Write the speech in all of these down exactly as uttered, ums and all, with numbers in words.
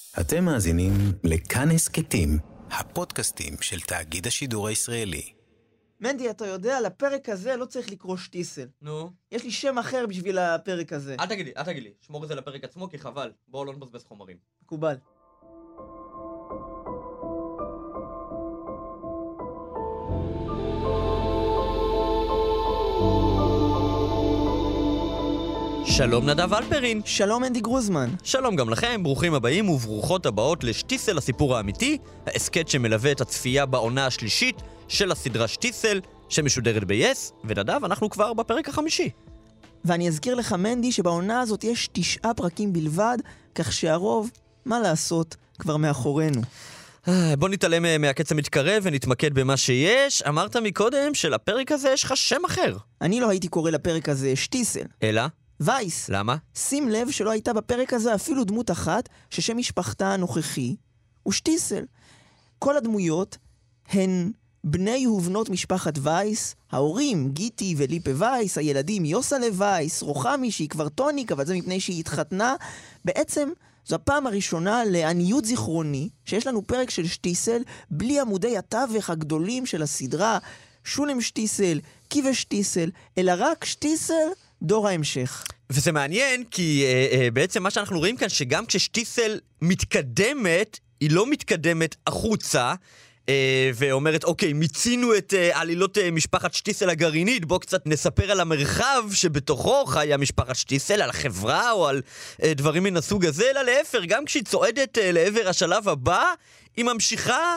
אתם מאזינים לכאן הסכתים, הפודקאסטים של תאגיד השידור הישראלי. מנדי, אתה יודע, לפרק הזה לא צריך לקרוא שטיסל. נו? יש לי שם אחר בשביל הפרק הזה. אל תגיד לי, אל תגיד לי. שמור את זה לפרק עצמו, כי חבל. בואו לא נבזבז חומרים. מקובל. שלום נדב אלפרין. שלום מנדי גרוזמן. שלום גם לכם, ברוכים הבאים וברוכות הבאות לשטיסל הסיפור האמיתי, ההסכת שמלווה את הצפייה בעונה השלישית של הסדרה שטיסל, שמשודרת ב-יס, ונדב, אנחנו כבר בפרק החמישי. ואני אזכיר לך מנדי שבעונה הזאת יש תשעה פרקים בלבד, כך שהרוב, מה לעשות, כבר מאחורינו. בוא נתעלם מהקץ המתקרב ונתמקד במה שיש. אמרת מקודם שלפרק הזה יש לך שם אחר. אני לא הייתי קורא לפרק הזה שטיסל. אלא? וייס. למה? שים לב שלא הייתה בפרק הזה אפילו דמות אחת ששם משפחתה הנוכחי הוא שטיסל. כל הדמויות הן בני ובנות משפחת וייס, ההורים גיטי וליפה וייס, הילדים יוסלה וייס, רוחמי שהיא כבר טוניק אבל זה מפני שהיא התחתנה. בעצם זו הפעם הראשונה לעניות זיכרוני שיש לנו פרק של שטיסל בלי עמודי התווך הגדולים של הסדרה, שולם שטיסל, קיבה שטיסל, אלא רק שטיסל דור ההמשך. וזה מעניין כי אה, אה, בעצם מה שאנחנו רואים כאן שגם כששטיסל מתקדמת, היא לא מתקדמת החוצה, אה, ואומרת אוקיי, מיצינו את אה, עלילות אה, משפחת שטיסל הגרעינית, בוא קצת נספר על המרחב שבתוכו חיה משפחת שטיסל, על החברה או על אה, דברים מן הסוג הזה, אלא להפך, גם כשהיא צועדת אה, לעבר השלב הבא, היא ממשיכה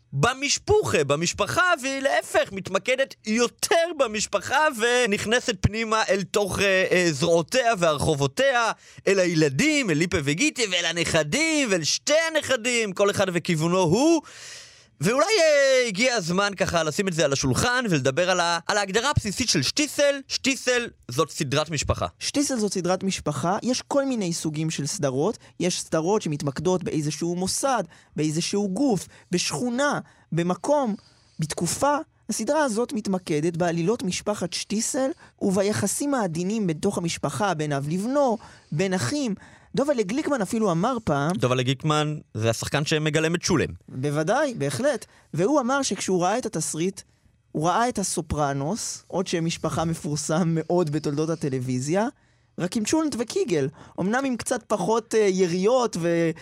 במשפוחה, במשפחה, והיא להפך מתמקדת יותר במשפחה ונכנסת פנימה אל תוך אה, אה, זרועותיה והרחובותיה, אל הילדים, אל ליפה וגיטי ואל הנכדים ואל שתי הנכדים, כל אחד וכיוונו הוא. ואולי אה, הגיע הזמן ככה לשים את זה על השולחן ולדבר על, ה, על ההגדרה הבסיסית של שטיסל. שטיסל זאת סדרת משפחה. שטיסל זאת סדרת משפחה. יש כל מיני סוגים של סדרות. יש סדרות שמתמקדות באיזשהו מוסד, באיזשהו גוף, בשכונה, במקום, בתקופה. הסדרה הזאת מתמקדת בעלילות משפחת שטיסל וביחסים העדינים בתוך המשפחה, בין אב לבנו, בין אחים. דובל גליקמן אפילו אמר פעם... דובל גליקמן זה השחקן שמגלם את שולם. בוודאי, בהחלט. והוא אמר שכשהוא ראה את התסריט, הוא ראה את הסופרנוס, עוד שם משפחה מפורסם מאוד בתולדות הטלוויזיה, רק עם צ'ולנט וקיגל. אמנם עם קצת פחות uh, יריות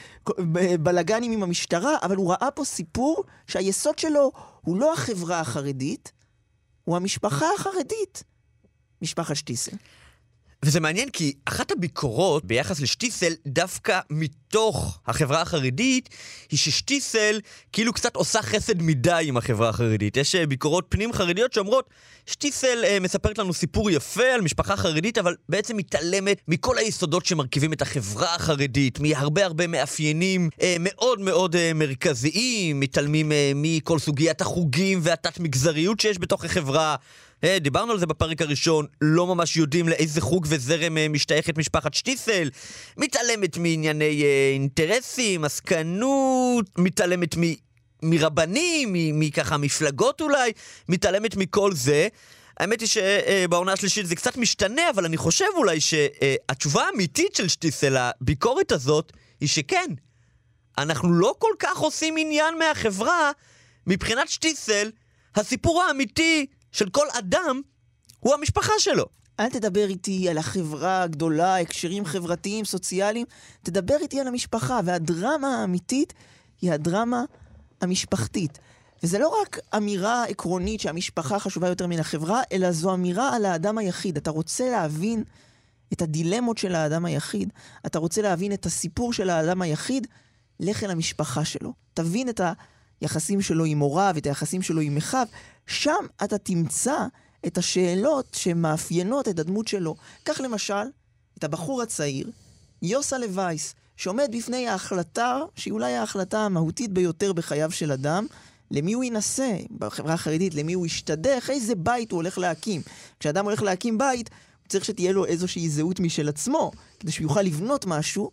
ובלגנים עם המשטרה, אבל הוא ראה פה סיפור שהיסוד שלו הוא לא החברה החרדית, הוא המשפחה החרדית. משפחת שטיסל. וזה מעניין כי אחת הביקורות ביחס לשטיסל דווקא מתוך החברה החרדית היא ששטיסל כאילו קצת עושה חסד מדי עם החברה החרדית. יש ביקורות פנים חרדיות שאומרות שטיסל אה, מספרת לנו סיפור יפה על משפחה חרדית אבל בעצם מתעלמת מכל היסודות שמרכיבים את החברה החרדית, מהרבה הרבה מאפיינים אה, מאוד מאוד אה, מרכזיים, מתעלמים אה, מכל סוגיית החוגים והתת מגזריות שיש בתוך החברה. Hey, דיברנו על זה בפרק הראשון, לא ממש יודעים לאיזה חוג וזרם uh, משתייכת משפחת שטיסל, מתעלמת מענייני uh, אינטרסים, עסקנות, מתעלמת מ- מרבנים, מ- מככה מפלגות אולי, מתעלמת מכל זה. האמת היא שבעונה השלישית זה קצת משתנה, אבל אני חושב אולי שהתשובה האמיתית של שטיסל, הביקורת הזאת, היא שכן, אנחנו לא כל כך עושים עניין מהחברה. מבחינת שטיסל, הסיפור האמיתי של כל אדם הוא המשפחה שלו. אל תדבר איתי על החברה הגדולה, הקשרים חברתיים, סוציאליים, תדבר איתי על המשפחה, והדרמה האמיתית היא הדרמה המשפחתית. וזה לא רק אמירה עקרונית שהמשפחה חשובה יותר מן החברה, אלא זו אמירה על האדם היחיד. אתה רוצה להבין את הדילמות של האדם היחיד, אתה רוצה להבין את הסיפור של האדם היחיד, לך אל המשפחה שלו. תבין את היחסים שלו עם הוריו, את היחסים שלו עם אחיו, שם אתה תמצא את השאלות שמאפיינות את הדמות שלו. כך למשל, את הבחור הצעיר, יוסלה וייס, שעומד בפני ההחלטה, שהיא אולי ההחלטה המהותית ביותר בחייו של אדם, למי הוא ינסה, בחברה החרדית, למי הוא ישתדך, איזה בית הוא הולך להקים. כשאדם הולך להקים בית, הוא צריך שתהיה לו איזושהי זהות משל עצמו, כדי שהוא יוכל לבנות משהו,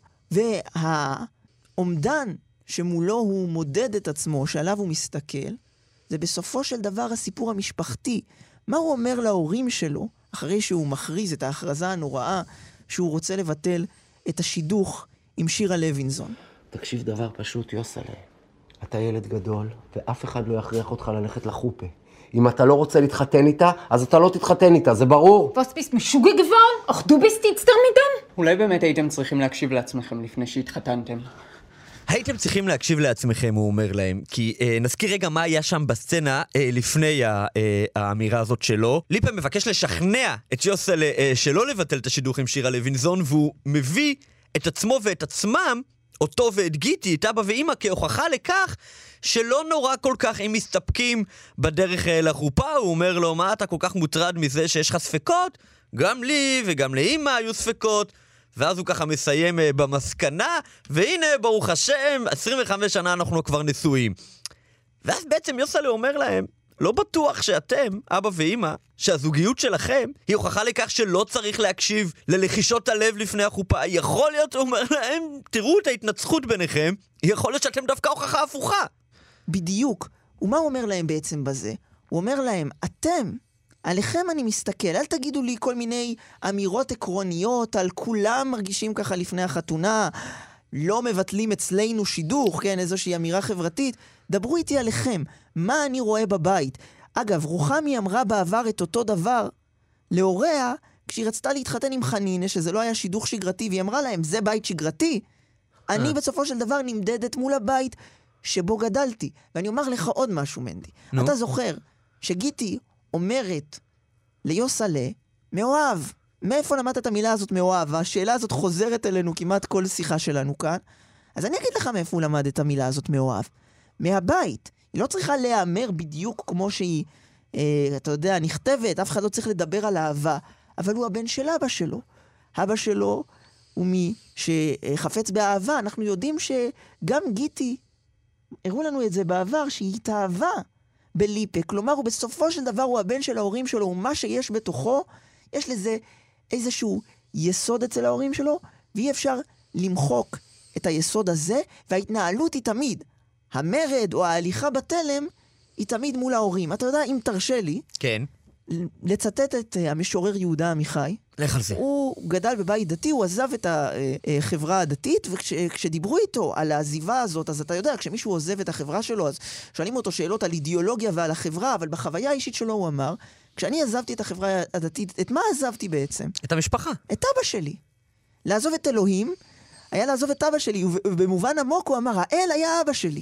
והעומדן שמולו הוא מודד את עצמו, שעליו הוא מסתכל, זה בסופו של דבר הסיפור המשפחתי. מה הוא אומר להורים שלו, אחרי שהוא מכריז את ההכרזה הנוראה, שהוא רוצה לבטל את השידוך עם שירה לוינזון? תקשיב דבר פשוט, יוסלה. אתה ילד גדול, ואף אחד לא יכריח אותך ללכת לחופה. אם אתה לא רוצה להתחתן איתה, אז אתה לא תתחתן איתה, זה ברור? Was bist משוגע geworden? Ach, du bist jetzt damit dann? אולי באמת הייתם צריכים להקשיב לעצמכם לפני שהתחתנתם. הייתם צריכים להקשיב לעצמכם, הוא אומר להם, כי אה, נזכיר רגע מה היה שם בסצנה אה, לפני ה, אה, האמירה הזאת שלו. ליפה מבקש לשכנע את יוסל אה, שלא לבטל את השידוך עם שירה לוינזון, והוא מביא את עצמו ואת עצמם, אותו ואת גיטי, את אבא ואמא, כהוכחה לכך שלא נורא כל כך אם מסתפקים בדרך אה, לחופה. הוא אומר לו, מה אתה כל כך מוטרד מזה שיש לך ספקות? גם לי וגם לאמא היו ספקות. ואז הוא ככה מסיים במסקנה, והנה, ברוך השם, עשרים וחמש שנה אנחנו כבר נשואים. ואז בעצם יוסלה אומר להם, לא בטוח שאתם, אבא ואמא, שהזוגיות שלכם היא הוכחה לכך שלא צריך להקשיב ללחישות הלב לפני החופה. יכול להיות, הוא אומר להם, תראו את ההתנצחות ביניכם, יכול להיות שאתם דווקא הוכחה הפוכה. בדיוק. ומה הוא אומר להם בעצם בזה? הוא אומר להם, אתם... עליכם אני מסתכל, אל תגידו לי כל מיני אמירות עקרוניות על כולם מרגישים ככה לפני החתונה, לא מבטלים אצלנו שידוך, כן, איזושהי אמירה חברתית. דברו איתי עליכם, מה אני רואה בבית. אגב, רוחמי אמרה בעבר את אותו דבר להוריה, כשהיא רצתה להתחתן עם חנינה, שזה לא היה שידוך שגרתי, והיא אמרה להם, זה בית שגרתי. אני בסופו של דבר נמדדת מול הבית שבו גדלתי. ואני אומר לך עוד משהו, מנדי. אתה זוכר שגיטי אומרת ליוסלה, מאוהב. מאיפה למדת את המילה הזאת מאוהב? השאלה הזאת חוזרת אלינו כמעט כל שיחה שלנו כאן. אז אני אגיד לך מאיפה הוא למד את המילה הזאת מאוהב. מהבית. היא לא צריכה להיאמר בדיוק כמו שהיא, אה, אתה יודע, נכתבת. אף אחד לא צריך לדבר על אהבה. אבל הוא הבן של אבא שלו. אבא שלו הוא מי שחפץ באהבה. אנחנו יודעים שגם גיטי, הראו לנו את זה בעבר, שהיא התאהבה בליפה, כלומר, הוא בסופו של דבר הוא הבן של ההורים שלו, ומה שיש בתוכו, יש לזה איזשהו יסוד אצל ההורים שלו, ואי אפשר למחוק את היסוד הזה, וההתנהלות היא תמיד, המרד או ההליכה בתלם, היא תמיד מול ההורים. אתה יודע, אם תרשה לי, כן. לצטט את המשורר יהודה עמיחי, לך על זה. הוא גדל בבית דתי, הוא עזב את החברה הדתית, וכשדיברו איתו על העזיבה הזאת, אז אתה יודע, כשמישהו עוזב את החברה שלו, אז שואלים אותו שאלות על אידיאולוגיה ועל החברה, אבל בחוויה האישית שלו הוא אמר, כשאני עזבתי את החברה הדתית, את מה עזבתי בעצם? את המשפחה. את אבא שלי. לעזוב את אלוהים, היה לעזוב את אבא שלי, ובמובן עמוק הוא אמר, האל היה אבא שלי.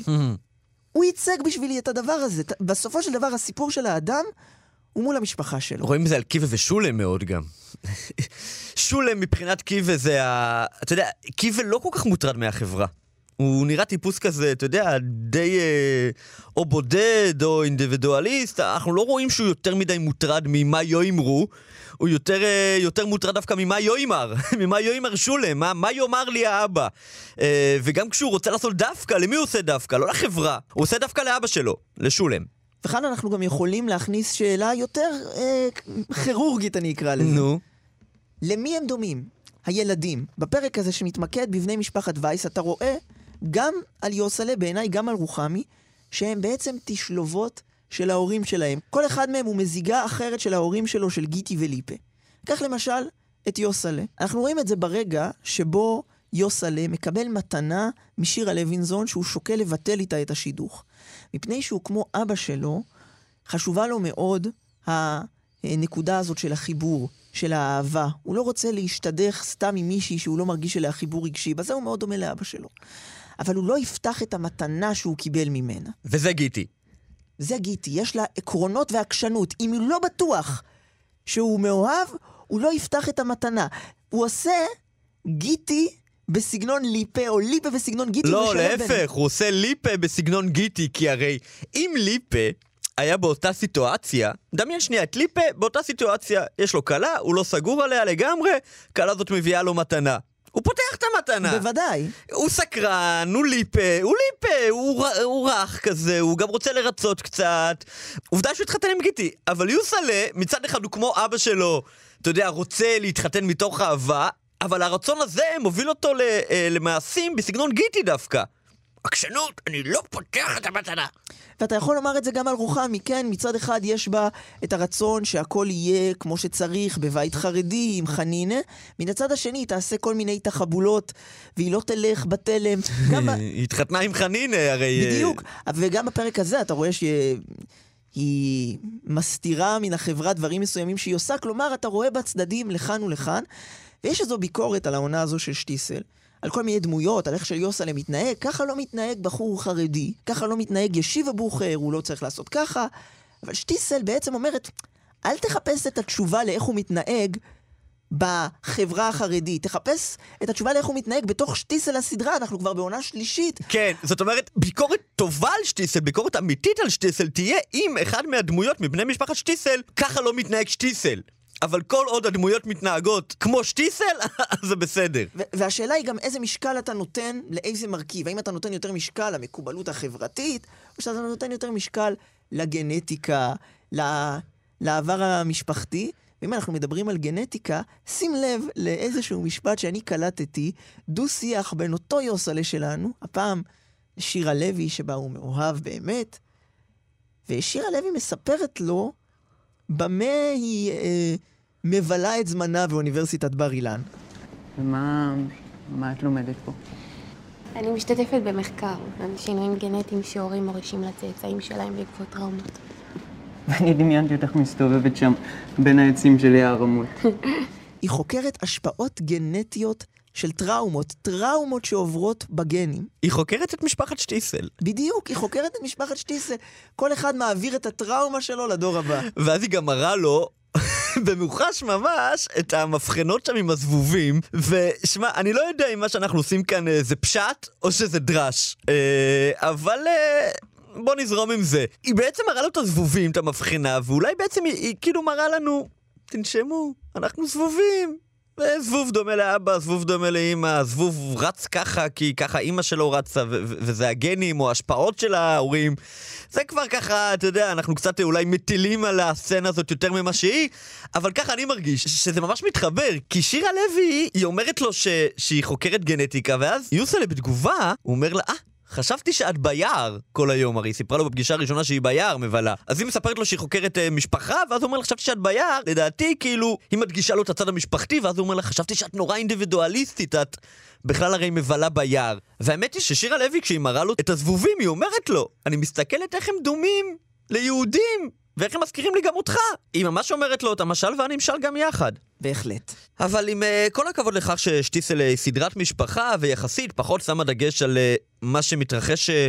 הוא ייצג בשבילי את הדבר הזה. בסופו של דבר, הסיפור של האדם, הוא מול המשפחה שלו. רואים זה על קיבה ושולם מאוד גם. שולם מבחינת קיבה זה ה... אתה יודע, קיבה לא כל כך מוטרד מהחברה. הוא נראה טיפוס כזה, אתה יודע, די אה, או בודד או אינדיבידואליסט. אנחנו לא רואים שהוא יותר מדי מוטרד ממה יאמרו. הוא יותר, אה, יותר מוטרד דווקא ממה יאמר. ממה יאמר שולם, מה, מה יאמר לי האבא. אה, וגם כשהוא רוצה לעשות דווקא, למי הוא עושה דווקא? לא לחברה. הוא עושה דווקא לאבא שלו, לשולם. וכאן אנחנו גם יכולים להכניס שאלה יותר אה, כירורגית, אני אקרא לזה. נו. למי הם דומים? הילדים. בפרק הזה שמתמקד בבני משפחת וייס, אתה רואה גם על יוסלה, בעיניי גם על רוחמי, שהם בעצם תשלובות של ההורים שלהם. כל אחד מהם הוא מזיגה אחרת של ההורים שלו, של גיטי וליפה. כך למשל את יוסלה. אנחנו רואים את זה ברגע שבו יוסלה מקבל מתנה משירה לוינזון, שהוא שוקל לבטל איתה את השידוך. מפני שהוא כמו אבא שלו, חשובה לו מאוד הנקודה הזאת של החיבור, של האהבה. הוא לא רוצה להשתדך סתם עם מישהי שהוא לא מרגיש אליה חיבור רגשי, בזה הוא מאוד דומה לאבא שלו. אבל הוא לא יפתח את המתנה שהוא קיבל ממנה. וזה גיטי. זה גיטי, יש לה עקרונות ועקשנות. אם הוא לא בטוח שהוא מאוהב, הוא לא יפתח את המתנה. הוא עושה גיטי בסגנון ליפה, או ליפה בסגנון גיטי. לא, להפך, בין... הוא עושה ליפה בסגנון גיטי, כי הרי אם ליפה היה באותה סיטואציה, דמיין שנייה, את ליפה באותה סיטואציה, יש לו קלה, הוא לא סגור עליה לגמרי, קלה זאת מביאה לו מתנה. הוא פותח את המתנה. בוודאי. הוא סקרן, הוא ליפה, הוא ליפה, הוא, הוא רך כזה, הוא גם רוצה לרצות קצת. עובדה שהוא התחתן עם גיטי, אבל יוסלה, מצד אחד הוא כמו אבא שלו, אתה יודע, רוצה להתחתן מתוך אהבה, אבל הרצון הזה מוביל אותו למעשים בסגנון גיטי דווקא. עקשנות, אני לא פותח את המתנה. ואתה יכול לומר את זה גם על רוחמי, כן? מצד אחד יש בה את הרצון שהכל יהיה כמו שצריך, בבית חרדי, עם חנינה. מן הצד השני, היא תעשה כל מיני תחבולות, והיא לא תלך בתלם. גם ב... היא התחתנה עם חנינה, הרי... בדיוק. וגם בפרק הזה אתה רואה שהיא מסתירה מן החברה דברים מסוימים שהיא עושה. כלומר, אתה רואה בצדדים לכאן ולכאן, ויש איזו ביקורת על העונה הזו של שטיסל. על כל מיני דמויות, על איך של יוסלה מתנהג, ככה לא מתנהג בחור חרדי, ככה לא מתנהג ישיבה בוחר, הוא לא צריך לעשות ככה, אבל שטיסל בעצם אומרת, אל תחפש את התשובה לאיך הוא מתנהג בחברה החרדית, תחפש את התשובה לאיך הוא מתנהג בתוך שטיסל הסדרה, אנחנו כבר בעונה שלישית. כן, זאת אומרת, ביקורת טובה על שטיסל, ביקורת אמיתית על שטיסל, תהיה אם אחד מהדמויות מבני משפחת שטיסל, ככה לא מתנהג שטיסל. אבל כל עוד הדמויות מתנהגות כמו שטיסל, אז זה בסדר. והשאלה היא גם איזה משקל אתה נותן לאיזה מרכיב. האם אתה נותן יותר משקל למקובלות החברתית, או שאתה נותן יותר משקל לגנטיקה, לעבר המשפחתי. ואם אנחנו מדברים על גנטיקה, שים לב לאיזשהו משפט שאני קלטתי, דו שיח בין אותו יוסלה שלנו, הפעם שירה לוי שבה הוא מאוהב באמת, ושירה לוי מספרת לו במה היא אה, מבלה את זמנה באוניברסיטת בר אילן. ומה מה את לומדת פה? אני משתתפת במחקר על שינויים גנטיים שהורים מורישים לצאצאים שלהם בעקבות טראומות. ואני דמיינתי אותך מסתובבת שם בין העצים של יער רמות. היא חוקרת השפעות גנטיות של טראומות, טראומות שעוברות בגנים. היא חוקרת את משפחת שטיסל. בדיוק, היא חוקרת את משפחת שטיסל. כל אחד מעביר את הטראומה שלו לדור הבא. ואז היא גם מראה לו, במוחש ממש, את המבחנות שם עם הזבובים. ושמע, אני לא יודע אם מה שאנחנו עושים כאן זה פשט או שזה דרש. אבל בוא נזרום עם זה. היא בעצם מראה לו את הזבובים, את המבחנה, ואולי בעצם היא, היא כאילו מראה לנו, תנשמו, אנחנו זבובים. זבוב דומה לאבא, זבוב דומה לאמא, זבוב רץ ככה כי ככה אמא שלו רצה, ו- ו- וזה הגנים או השפעות של ההורים. זה כבר ככה, אתה יודע, אנחנו קצת אולי מטילים על הסצנה הזאת יותר ממה שהיא, אבל ככה אני מרגיש שזה ממש מתחבר, כי שירה לוי, היא אומרת לו ש- שהיא חוקרת גנטיקה, ואז יוסלה בתגובה, הוא אומר לה, אה, חשבתי שאת ביער כל היום, הרי היא סיפרה לו בפגישה הראשונה שהיא ביער מבלה. אז היא מספרת לו שהיא חוקרת uh, משפחה, ואז הוא אומר לה, חשבתי שאת ביער. לדעתי, כאילו, היא מדגישה לו את הצד המשפחתי, ואז הוא אומר לה, חשבתי שאת נורא אינדיבידואליסטית, את בכלל הרי מבלה ביער. והאמת היא ששירה לוי, כשהיא מראה לו את הזבובים, היא אומרת לו, אני מסתכלת איך הם דומים ליהודים, ואיך הם מזכירים לי גם אותך. היא ממש אומרת לו את המשל והנמשל גם יחד. בהחלט. אבל עם uh, כל הכבוד לכך ששטיסל היא סדרת משפחה ויחסית פחות שמה דגש על uh, מה שמתרחש uh,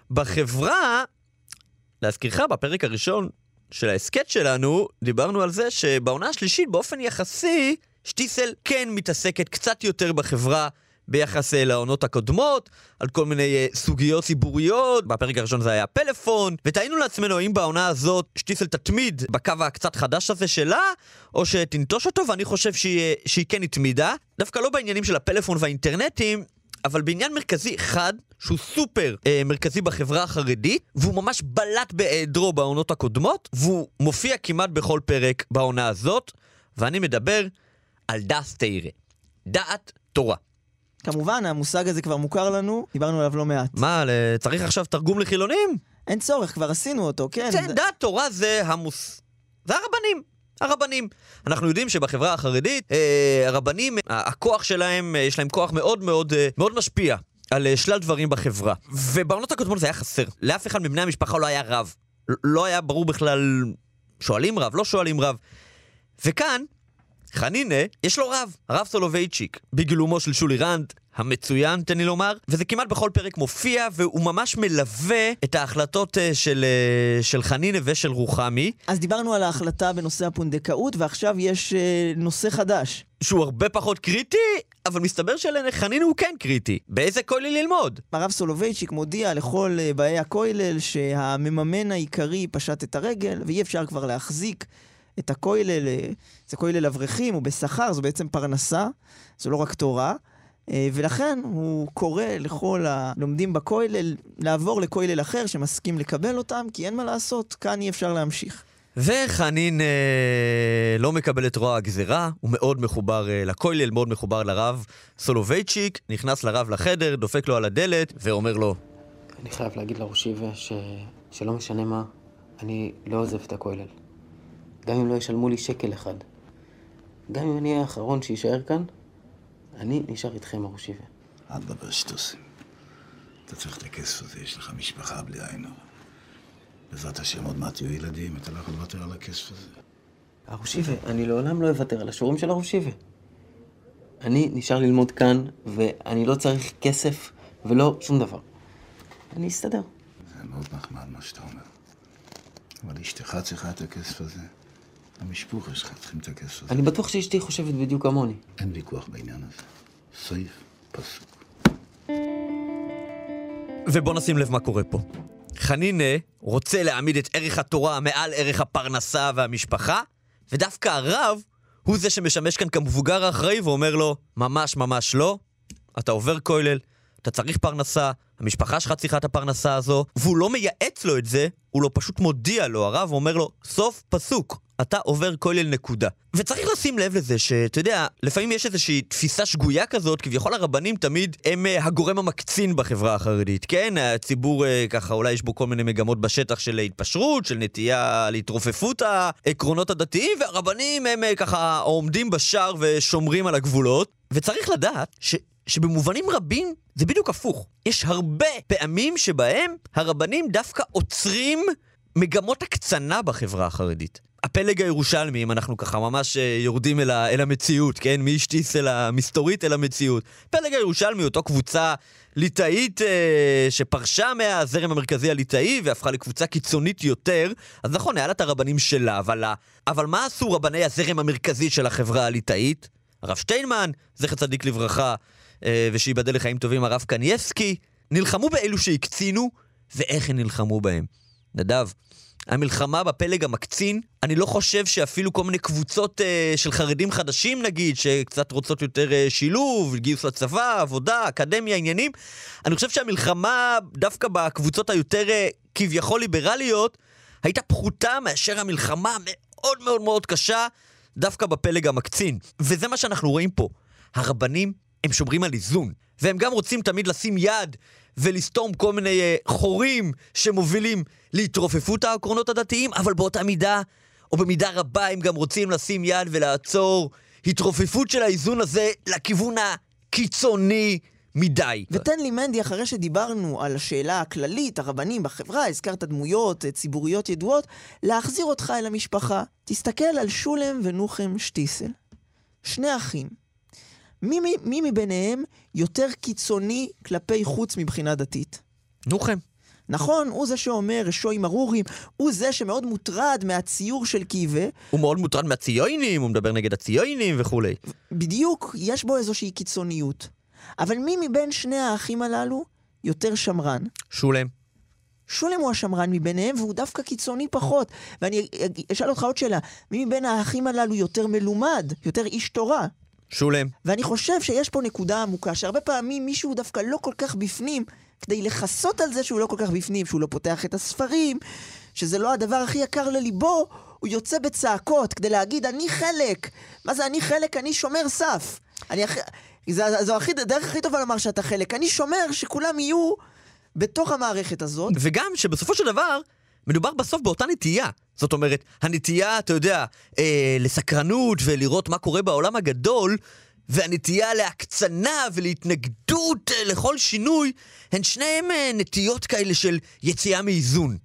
בחברה, להזכירך, בפרק הראשון של ההסקט שלנו דיברנו על זה שבעונה השלישית באופן יחסי שטיסל כן מתעסקת קצת יותר בחברה ביחס לעונות הקודמות, על כל מיני uh, סוגיות ציבוריות. בפרק הראשון זה היה פלאפון, ותהינו לעצמנו אם בעונה הזאת שטיסל תתמיד בקו הקצת חדש הזה שלה, או שתנטוש אותו, ואני חושב שהיא, שהיא כן התמידה, דווקא לא בעניינים של הפלאפון והאינטרנטים, אבל בעניין מרכזי אחד, שהוא סופר אה, מרכזי בחברה החרדית, והוא ממש בלט בהיעדרו בעונות הקודמות, והוא מופיע כמעט בכל פרק בעונה הזאת, ואני מדבר על דעת תורה. דעת תורה. כמובן, המושג הזה כבר מוכר לנו, דיברנו עליו לא מעט. מה, צריך עכשיו תרגום לחילונים? אין צורך, כבר עשינו אותו, כן. כן, דעת תורה זה המוס... זה הרבנים. הרבנים. אנחנו יודעים שבחברה החרדית, אה, הרבנים, הכוח שלהם, יש להם כוח מאוד מאוד, מאוד משפיע על שלל דברים בחברה. ובעונות הקודמות זה היה חסר. לאף אחד מבני המשפחה לא היה רב. לא היה ברור בכלל שואלים רב, לא שואלים רב. וכאן, חנינה, יש לו רב, הרב סולובייצ'יק, בגילומו של שולי רנד, המצוין, תן לי לומר, וזה כמעט בכל פרק מופיע, והוא ממש מלווה את ההחלטות של, של חנינה ושל רוחמי. אז דיברנו על ההחלטה בנושא הפונדקאות, ועכשיו יש נושא חדש. שהוא הרבה פחות קריטי, אבל מסתבר שלחנינה הוא כן קריטי. באיזה כולל ללמוד? הרב סולובייצ'יק מודיע לכל באי הכולל שהמממן העיקרי פשט את הרגל, ואי אפשר כבר להחזיק את הכולל, זה כולל אברכים, הוא בשכר, זו בעצם פרנסה, זו לא רק תורה, ולכן הוא קורא לכל הלומדים בכולל לעבור לכולל אחר שמסכים לקבל אותם, כי אין מה לעשות, כאן אי אפשר להמשיך. וחנין אה, לא מקבל את רוע הגזירה, הוא מאוד מחובר אה, לכולל, מאוד מחובר לרב סולובייצ'יק, נכנס לרב לחדר, דופק לו על הדלת ואומר לו, אני חייב להגיד לראשיבה ש... שלא משנה מה, אני לא עוזב את הכולל. גם אם לא ישלמו לי שקל אחד. גם אם אני האחרון שישאר כאן, אני נשאר איתכם, הראשיבה. אל תדבר שטוסים. אתה צריך את הכסף הזה, יש לך משפחה בלי עין. בעזרת השם עוד מעט יהיו ילדים, אתה לא יכול לוותר על הכסף הזה. הראשיבה, אני לעולם לא אוותר על השיעורים של הראשיבה. אני נשאר ללמוד כאן, ואני לא צריך כסף ולא שום דבר. אני אסתדר. זה מאוד נחמד מה שאתה אומר. אבל אשתך צריכה את הכסף הזה. המשפחה שלך צריכים את הכסף הזה. אני בטוח שאשתי חושבת בדיוק כמוני. אין ויכוח בעניין הזה. סעיף פסוק. ובוא נשים לב מה קורה פה. חנינה רוצה להעמיד את ערך התורה מעל ערך הפרנסה והמשפחה, ודווקא הרב הוא זה שמשמש כאן כמבוגר האחראי ואומר לו, ממש ממש לא, אתה עובר כולל, אתה צריך פרנסה, המשפחה שלך צריכה את הפרנסה הזו, והוא לא מייעץ לו את זה, הוא לא פשוט מודיע לו, הרב אומר לו, סוף פסוק, אתה עובר כולל נקודה. וצריך לשים לב לזה שאתה יודע, לפעמים יש איזושהי תפיסה שגויה כזאת, כביכול הרבנים תמיד הם הגורם המקצין בחברה החרדית, כן? הציבור ככה, אולי יש בו כל מיני מגמות בשטח של התפשרות, של נטייה להתרופפות העקרונות הדתיים, והרבנים הם ככה עומדים בשער ושומרים על הגבולות, וצריך לדעת ש... שבמובנים רבים זה בדיוק הפוך. יש הרבה פעמים שבהם הרבנים דווקא עוצרים מגמות הקצנה בחברה החרדית. הפלג הירושלמי, אם אנחנו ככה ממש יורדים אל, ה, אל המציאות, כן? מאשתיס אל המסתורית אל המציאות. פלג הירושלמי, אותו קבוצה ליטאית אה, שפרשה מהזרם המרכזי הליטאי והפכה לקבוצה קיצונית יותר, אז נכון, היה לה את הרבנים שלה, אבל, אבל מה עשו רבני הזרם המרכזי של החברה הליטאית? הרב שטיינמן, זכר צדיק לברכה, אה, ושיבדל לחיים טובים הרב קנייבסקי, נלחמו באלו שהקצינו, ואיך הם נלחמו בהם. נדב, המלחמה בפלג המקצין, אני לא חושב שאפילו כל מיני קבוצות אה, של חרדים חדשים נגיד, שקצת רוצות יותר אה, שילוב, גיוס לצבא, עבודה, אקדמיה, עניינים, אני חושב שהמלחמה דווקא בקבוצות היותר אה, כביכול ליברליות, הייתה פחותה מאשר המלחמה מאוד מאוד מאוד קשה, דווקא בפלג המקצין. וזה מה שאנחנו רואים פה. הרבנים הם שומרים על איזון, והם גם רוצים תמיד לשים יד ולסתום כל מיני uh, חורים שמובילים להתרופפות העקרונות הדתיים, אבל באותה מידה, או במידה רבה, הם גם רוצים לשים יד ולעצור התרופפות של האיזון הזה לכיוון הקיצוני מדי. ותן לי מנדי, אחרי שדיברנו על השאלה הכללית, הרבנים בחברה, הזכרת דמויות ציבוריות ידועות, להחזיר אותך אל המשפחה. תסתכל על שולם ונוחם שטיסל. שני אחים. מי, מי, מי מביניהם יותר קיצוני כלפי חוץ מבחינה דתית? נוחם. נכון, הוא זה שאומר רשועים ארורים, הוא זה שמאוד מוטרד מהציור של קיבה. הוא מאוד מוטרד מהציונים, הוא מדבר נגד הציונים וכולי. בדיוק, יש בו איזושהי קיצוניות. אבל מי מבין שני האחים הללו יותר שמרן? שולם. שולם הוא השמרן מביניהם, והוא דווקא קיצוני פחות. ואני אשאל אותך עוד שאלה, מי מבין האחים הללו יותר מלומד, יותר איש תורה? שולם. ואני חושב שיש פה נקודה עמוקה, שהרבה פעמים מישהו דווקא לא כל כך בפנים, כדי לחסות על זה שהוא לא כל כך בפנים, שהוא לא פותח את הספרים, שזה לא הדבר הכי יקר לליבו, הוא יוצא בצעקות כדי להגיד, אני חלק. מה זה אני חלק? אני שומר סף. אני אח... זו, זו הכי, דרך הכי טובה לומר שאתה חלק. אני שומר שכולם יהיו בתוך המערכת הזאת. וגם שבסופו של דבר, מדובר בסוף באותה נטייה. זאת אומרת, הנטייה, אתה יודע, אה, לסקרנות ולראות מה קורה בעולם הגדול, והנטייה להקצנה ולהתנגדות אה, לכל שינוי, הן שניהם אה, נטיות כאלה של יציאה מאיזון.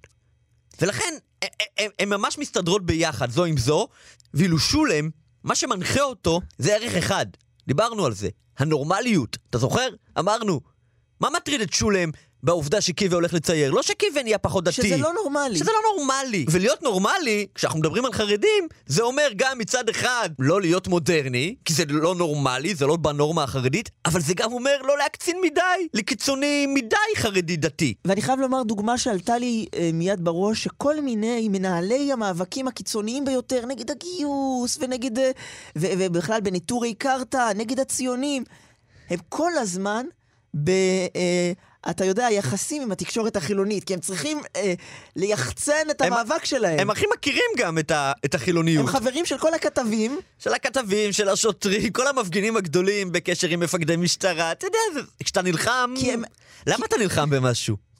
ולכן, הן ממש מסתדרות ביחד, זו עם זו, ואילו שולם, מה שמנחה אותו, זה ערך אחד. דיברנו על זה. הנורמליות. אתה זוכר? אמרנו, מה מטריד את שולם בעובדה שקיבה הולך לצייר? לא שקיבה נהיה פחות דתי. שזה לא נורמלי. שזה לא נורמלי. ולהיות נורמלי, כשאנחנו מדברים על חרדים, זה אומר גם מצד אחד לא להיות מודרני, כי זה לא נורמלי, זה לא בנורמה החרדית, אבל זה גם אומר לא להקצין מדי, לקיצוני מדי חרדי דתי. ואני חייב לומר דוגמה שעלתה לי אה, מיד בראש, שכל מיני מנהלי המאבקים הקיצוניים ביותר, נגד הגיוס ונגד, אה, ו- ובכלל בניטורי קרתא, נגד הציונים, הם כל הזמן ב... אה, אתה יודע, היחסים עם התקשורת החילונית, כי הם צריכים אה, ליחצן את המאבק הם, שלהם. הם הכי מכירים גם את, ה, את החילוניות. הם חברים של כל הכתבים. של הכתבים, של השוטרים, כל המפגינים הגדולים בקשר עם מפקדי משטרה. אתה יודע, כשאתה נלחם... הם... למה כי... אתה נלחם במשהו?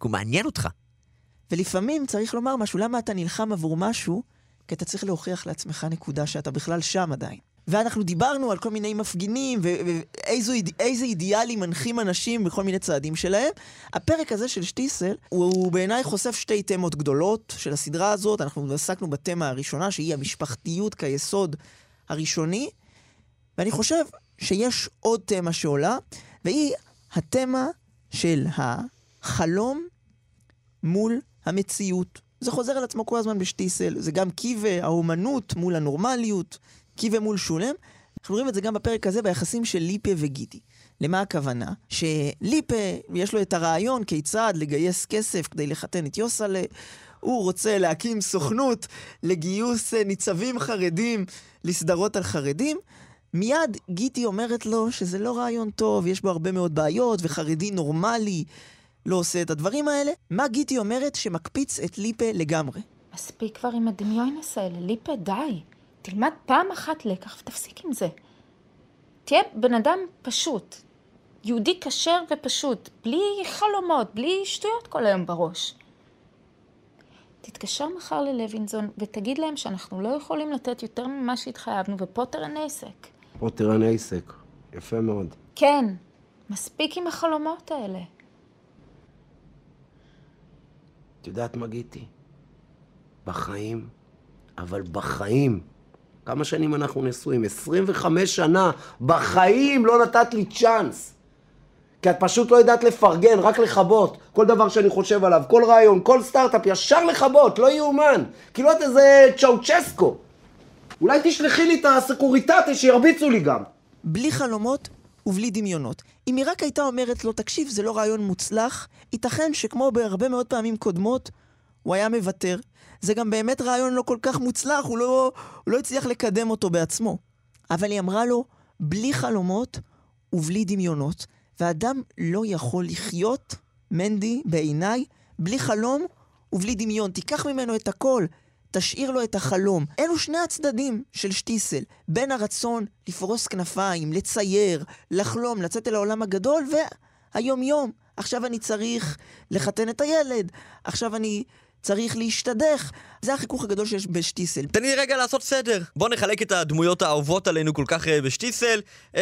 כי הוא מעניין אותך. ולפעמים צריך לומר משהו, למה אתה נלחם עבור משהו? כי אתה צריך להוכיח לעצמך נקודה שאתה בכלל שם עדיין. ואנחנו דיברנו על כל מיני מפגינים, ואיזה אידיאלים מנחים אנשים בכל מיני צעדים שלהם. הפרק הזה של שטיסל, הוא בעיניי חושף שתי תמות גדולות של הסדרה הזאת. אנחנו עסקנו בתמה הראשונה, שהיא המשפחתיות כיסוד הראשוני. ואני חושב שיש עוד תמה שעולה, והיא התמה של החלום מול המציאות. זה חוזר על עצמו כל הזמן בשטיסל. זה גם קיבה, האומנות מול הנורמליות, קיבה מול שולם. אנחנו רואים את זה גם בפרק הזה ביחסים של ליפה וגיטי. למה הכוונה? שליפה יש לו את הרעיון כיצד לגייס כסף כדי לחתן את יוסלה. הוא רוצה להקים סוכנות לגיוס ניצבים חרדים לסדרות על חרדים. מיד גיטי אומרת לו שזה לא רעיון טוב, יש בו הרבה מאוד בעיות, וחרדי נורמלי לא עושה את הדברים האלה. מה גיטי אומרת? שמקפיץ את ליפה לגמרי. מספיק כבר עם הדמיונס האלה, ליפה, די. תלמד פעם אחת לקח ותפסיק עם זה. תהיה בן אדם פשוט, יהודי כשר ופשוט, בלי חלומות, בלי שטויות כל היום בראש. תתקשר מחר ללוינזון ותגיד להם שאנחנו לא יכולים לתת יותר ממה שהתחייבנו, ופוטר אין עסק. פוטר אין עסק, יפה מאוד. כן, מספיק עם החלומות האלה. את יודעת מה גיטי? בחיים, אבל בחיים. כמה שנים אנחנו נשואים? עשרים וחמש שנה. בחיים לא נתת לי צ'אנס. כי את פשוט לא יודעת לפרגן, רק לחבות. כל דבר שאני חושב עליו, כל רעיון, כל סטארט-אפ, ישר לחבות, לא יאומן. כאילו את איזה צ'אוצ'סקו. אולי תשלחי לי את הסקוריטטה שירביצו לי גם. בלי חלומות ובלי דמיונות. אם היא רק הייתה אומרת לו, תקשיב, זה לא רעיון מוצלח, ייתכן שכמו בהרבה מאוד פעמים קודמות, הוא היה מוותר. זה גם באמת רעיון לא כל כך מוצלח, הוא לא, הוא לא הצליח לקדם אותו בעצמו. אבל היא אמרה לו, בלי חלומות ובלי דמיונות, ואדם לא יכול לחיות, מנדי, בעיניי, בלי חלום ובלי דמיון. תיקח ממנו את הכל, תשאיר לו את החלום. אלו שני הצדדים של שטיסל, בין הרצון לפרוס כנפיים, לצייר, לחלום, לצאת אל העולם הגדול, והיום יום. עכשיו אני צריך לחתן את הילד, עכשיו אני צריך להשתדך. זה החיכוך הגדול שיש בשטיסל. תן לי רגע לעשות סדר. בוא נחלק את הדמויות האהובות עלינו כל כך uh, בשטיסל, uh,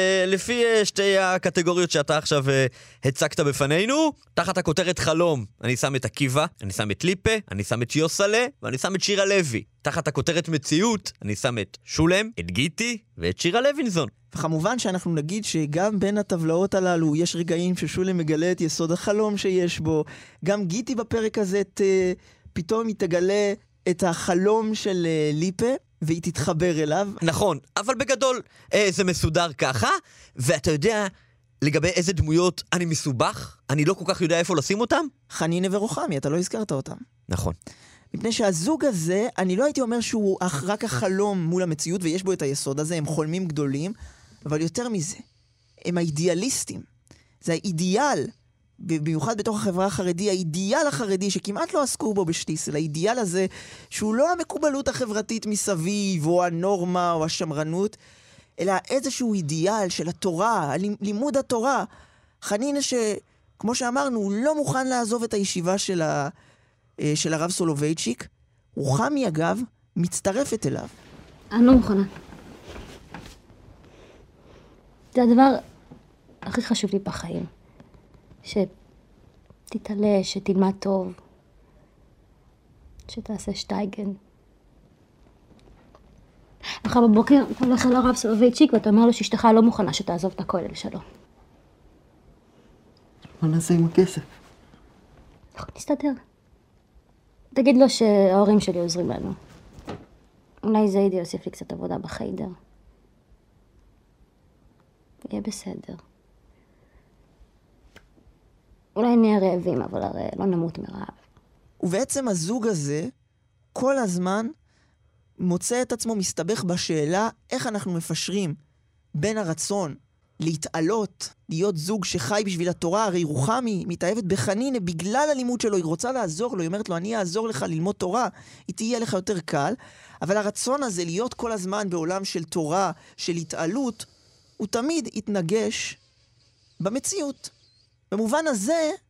לפי uh, שתי הקטגוריות שאתה עכשיו uh, הצגת בפנינו. תחת הכותרת חלום, אני שם את עקיבא, אני שם את ליפה, אני שם את יוסלה, ואני שם את שירה לוי. תחת הכותרת מציאות, אני שם את שולם, את גיטי ואת שירה לוינזון. וכמובן שאנחנו נגיד שגם בין הטבלאות הללו יש רגעים ששולם מגלה את יסוד החלום שיש בו. גם גיטי בפרק הזה ת, פתאום היא תגלה את החלום של uh, ליפה, והיא תתחבר אליו. נכון, אבל בגדול אה, זה מסודר ככה, ואתה יודע לגבי איזה דמויות אני מסובך? אני לא כל כך יודע איפה לשים אותם? חנינה ורוחמי, אתה לא הזכרת אותם. נכון. מפני שהזוג הזה, אני לא הייתי אומר שהוא רק החלום מול המציאות, ויש בו את היסוד הזה, הם חולמים גדולים, אבל יותר מזה, הם האידיאליסטים. זה האידיאל, במיוחד בתוך החברה החרדי, האידיאל החרדי שכמעט לא עסקו בו בשטיסל, האידיאל הזה שהוא לא המקובלות החברתית מסביב, או הנורמה, או השמרנות, אלא איזשהו אידיאל של התורה, לימוד התורה. חנינה שכמו שאמרנו, הוא לא מוכן לעזוב את הישיבה של, ה, של הרב סולובייצ'יק. רוחמי אגב מצטרפת אליו. אני לא מוכנה. זה הדבר הכי חשוב לי בחיים. שתתעלה, שתלמד טוב, שתעשה שטייגן. אחר בבוקר אתה הולך על הרב סולובייצ'יק ואתה אומר לו שאשתך לא מוכנה שתעזוב את הכולל שלו. מה נעשה עם הכסף? אנחנו נסתדר. תגיד לו שההורים שלי עוזרים לנו. אולי זיידי יוסיף לי קצת עבודה בחיידר. יהיה בסדר. אולי נהיה רעבים, אבל הרי לא נמות מרעב. ובעצם הזוג הזה כל הזמן מוצא את עצמו מסתבך בשאלה איך אנחנו מפשרים בין הרצון להתעלות, להיות זוג שחי בשביל התורה. הרי רוחמי מתאהבת בחנינה בגלל הלימוד שלו, היא רוצה לעזור לו, היא אומרת לו אני אעזור לך ללמוד תורה, היא תהיה לך יותר קל, אבל הרצון הזה להיות כל הזמן בעולם של תורה, של התעלות, הוא תמיד יתנגש במציאות. במובן הזה,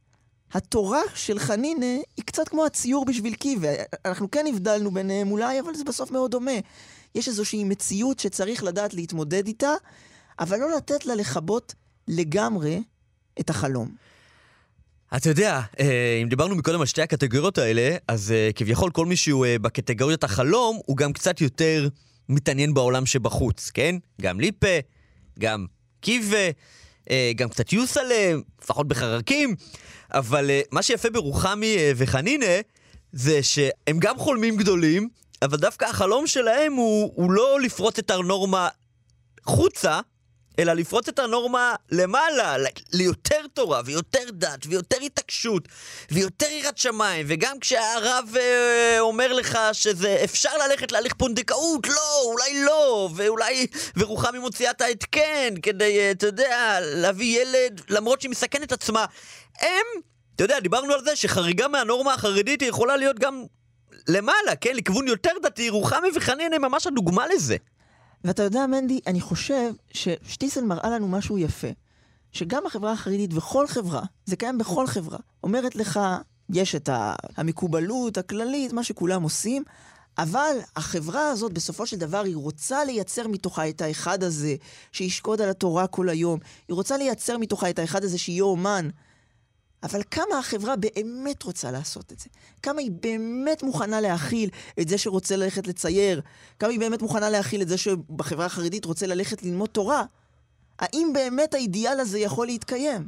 התורה של חנינה היא קצת כמו הציור בשביל קיבה. אנחנו כן הבדלנו ביניהם אולי, אבל זה בסוף מאוד דומה. יש איזושהי מציאות שצריך לדעת להתמודד איתה, אבל לא לתת לה לחבות לגמרי את החלום. אתה יודע, אם דיברנו מקודם על שתי הקטגוריות האלה, אז כביכול כל מישהו בקטגוריית החלום, הוא גם קצת יותר מתעניין בעולם שבחוץ, כן? גם ליפה, גם קיבה, גם קצת יוסלם, לפחות בחרקים, אבל מה שיפה ברוחמי וחנינה, זה שהם גם חולמים גדולים, אבל דווקא החלום שלהם הוא, הוא לא לפרוץ את הנורמה חוצה, אלא לפרוץ את הנורמה למעלה, ליותר תורה ויותר דת ויותר התעקשות ויותר יראת שמיים, וגם כשהרב אה, אומר לך שזה אפשר ללכת להליך פונדקאות, לא, אולי לא, ואולי ורוחמי מוציאה את ההתקן כדי, אתה יודע, להביא ילד למרות שהיא מסכנת את עצמה. הם, אתה יודע, דיברנו על זה שחריגה מהנורמה החרדית היא יכולה להיות גם למעלה, כן, לכיוון יותר דתי. רוחמי וחנינה הם ממש הדוגמה לזה. ואתה יודע, מנדי, אני חושב ששטיסל מראה לנו משהו יפה, שגם החברה החרדית וכל חברה, זה קיים בכל חברה, אומרת לך, יש את המקובלות הכללית, מה שכולם עושים, אבל החברה הזאת בסופו של דבר היא רוצה לייצר מתוכה את האחד הזה, שישקוד על התורה כל היום, היא רוצה לייצר מתוכה את האחד הזה שיהיה אומן, אבל כמה החברה באמת רוצה לעשות את זה? כמה היא באמת מוכנה להכיל את זה שרוצה ללכת לצייר? כמה היא באמת מוכנה להכיל את זה שבחברה החרדית רוצה ללכת ללמוד תורה? האם באמת האידיאל הזה יכול להתקיים?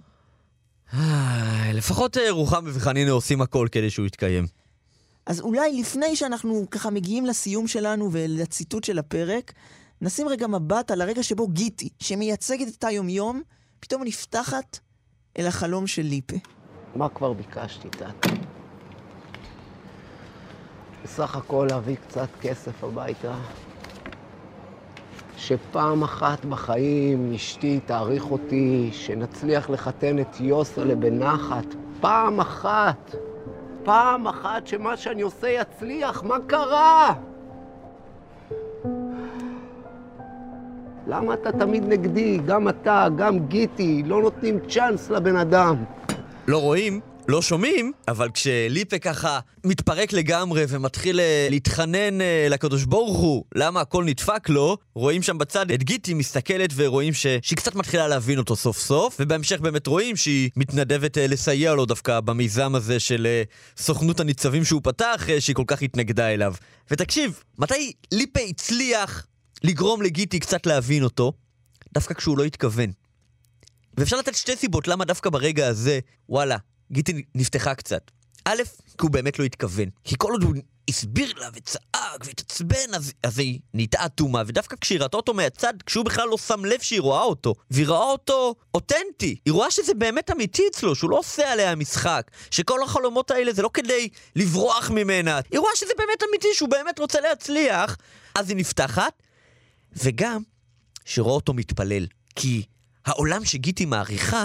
לפחות רוחמי וחנינה עושים הכל כדי שהוא יתקיים. אז אולי לפני שאנחנו ככה מגיעים לסיום שלנו ולציטוט של הפרק, נשים רגע מבט על הרגע שבו גיטי, שמייצגת את היום-יום, פתאום נפתחת אל החלום של ליפה. מה כבר ביקשתי, תת? בסך הכל להביא קצת כסף הביתה. שפעם אחת בחיים אשתי תאריך אותי, שנצליח לחתן את יוסלה בנחת. פעם אחת. פעם אחת שמה שאני עושה יצליח. מה קרה? למה אתה תמיד נגדי? גם אתה, גם גיטי, לא נותנים צ'אנס לבן אדם. לא רואים, לא שומעים, אבל כשליפה ככה מתפרק לגמרי ומתחיל להתחנן לקדוש ברוך הוא למה הכל נדפק לו, רואים שם בצד את גיטי מסתכלת ורואים ש... שהיא קצת מתחילה להבין אותו סוף סוף, ובהמשך באמת רואים שהיא מתנדבת לסייע לו דווקא במיזם הזה של סוכנות הניצבים שהוא פתח, שהיא כל כך התנגדה אליו. ותקשיב, מתי ליפה הצליח לגרום לגיטי קצת להבין אותו? דווקא כשהוא לא התכוון. ואפשר לתת שתי סיבות למה דווקא ברגע הזה, וואלה, גיטי נפתחה קצת. א', כי הוא באמת לא התכוון. כי כל עוד הוא הסביר לה וצעק והתעצבן, אז, אז היא נהייתה אטומה. ודווקא כשהיא ראתה אותו מהצד, כשהוא בכלל לא שם לב שהיא רואה אותו, והיא רואה אותו אותנטי. היא רואה שזה באמת אמיתי אצלו, שהוא לא עושה עליה משחק. שכל החלומות האלה זה לא כדי לברוח ממנה. היא רואה שזה באמת אמיתי, שהוא באמת רוצה להצליח. אז היא נפתחת. וגם שרואה אותו מתפלל. כי העולם שגיטי מעריכה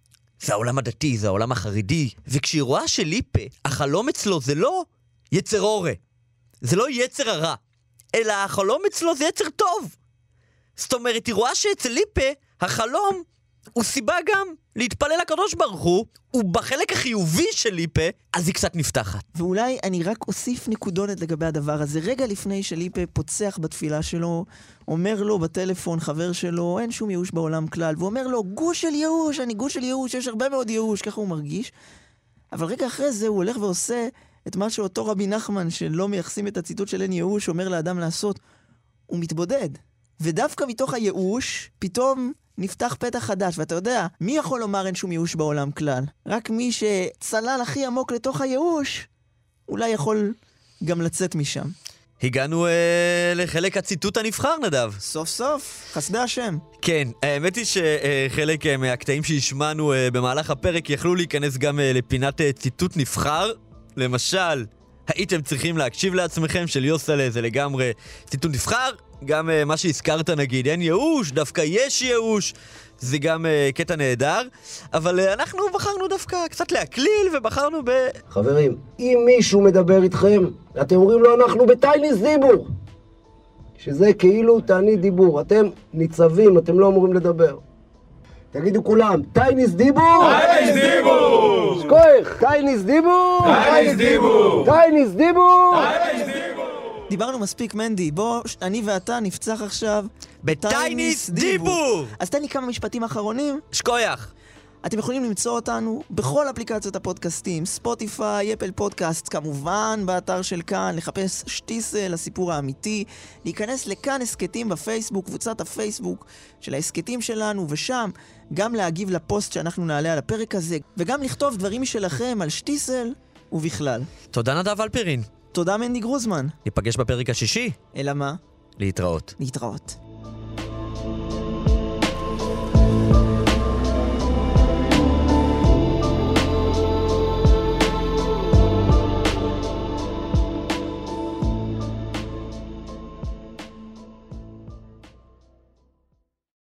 זה העולם הדתי, זה העולם החרדי. וכשהיא רואה שליפה, החלום אצלו זה לא יצר אורה, זה לא יצר הרע, אלא החלום אצלו זה יצר טוב. זאת אומרת, היא רואה שאצל ליפה החלום הוא סיבה גם להתפלל לקדוש ברוך הוא, ובחלק החיובי של ליפה, אז היא קצת נפתחת. ואולי אני רק אוסיף נקודונת לגבי הדבר הזה. רגע לפני שליפה פוצח בתפילה שלו, אומר לו בטלפון חבר שלו, אין שום ייאוש בעולם כלל, ואומר לו, גוש של ייאוש, אני גוש של ייאוש, יש הרבה מאוד ייאוש, ככה הוא מרגיש. אבל רגע אחרי זה הוא הולך ועושה את מה שאותו רבי נחמן, שלא מייחסים את הציטוט של אין ייאוש, אומר לאדם לעשות, הוא מתבודד. ודווקא מתוך הייאוש, פתאום נפתח פתח חדש. ואתה יודע, מי יכול לומר אין שום ייאוש בעולם כלל? רק מי שצלל הכי עמוק לתוך הייאוש, אולי יכול גם לצאת משם. הגענו אה, לחלק הציטוט הנבחר, נדב. סוף סוף, חסדי השם. כן, האמת היא שחלק אה, מהקטעים שהשמענו אה, במהלך הפרק יכלו להיכנס גם אה, לפינת אה, ציטוט נבחר. למשל, הייתם צריכים להקשיב לעצמכם של יוסלה, זה לגמרי ציטוט נבחר. גם uh, מה שהזכרת נגיד, אין ייאוש, דווקא יש ייאוש, זה גם uh, קטע נהדר, אבל uh, אנחנו בחרנו דווקא קצת להקליל ובחרנו ב... חברים, אם מישהו מדבר איתכם, אתם אומרים לו אנחנו בתייניס דיבור, שזה כאילו תענית דיבור, אתם ניצבים, אתם לא אמורים לדבר. תגידו כולם, טייניס דיבו! טייניס דיבו! שכוח! טייניס דיבו! טייניס דיבו! טייניס דיבו! טייניס דיבו! דיברנו מספיק, מנדי. בוא, אני ואתה נפצח עכשיו בטייניס דיבו! אז תן לי כמה משפטים אחרונים. שכוייח. אתם יכולים למצוא אותנו בכל אפליקציות הפודקאסטים, ספוטיפיי, אפל פודקאסט, כמובן באתר של כאן, לחפש שטיסל, הסיפור האמיתי, להיכנס לכאן הסקטים בפייסבוק, קבוצת הפייסבוק של ההסקטים שלנו, ושם גם להגיב לפוסט שאנחנו נעלה על הפרק הזה, וגם לכתוב דברים משלכם על שטיסל ובכלל. תודה נדב אלפרין. תודה מנדי גרוזמן. ניפגש בפרק השישי. אלא מה? להתראות. להתראות.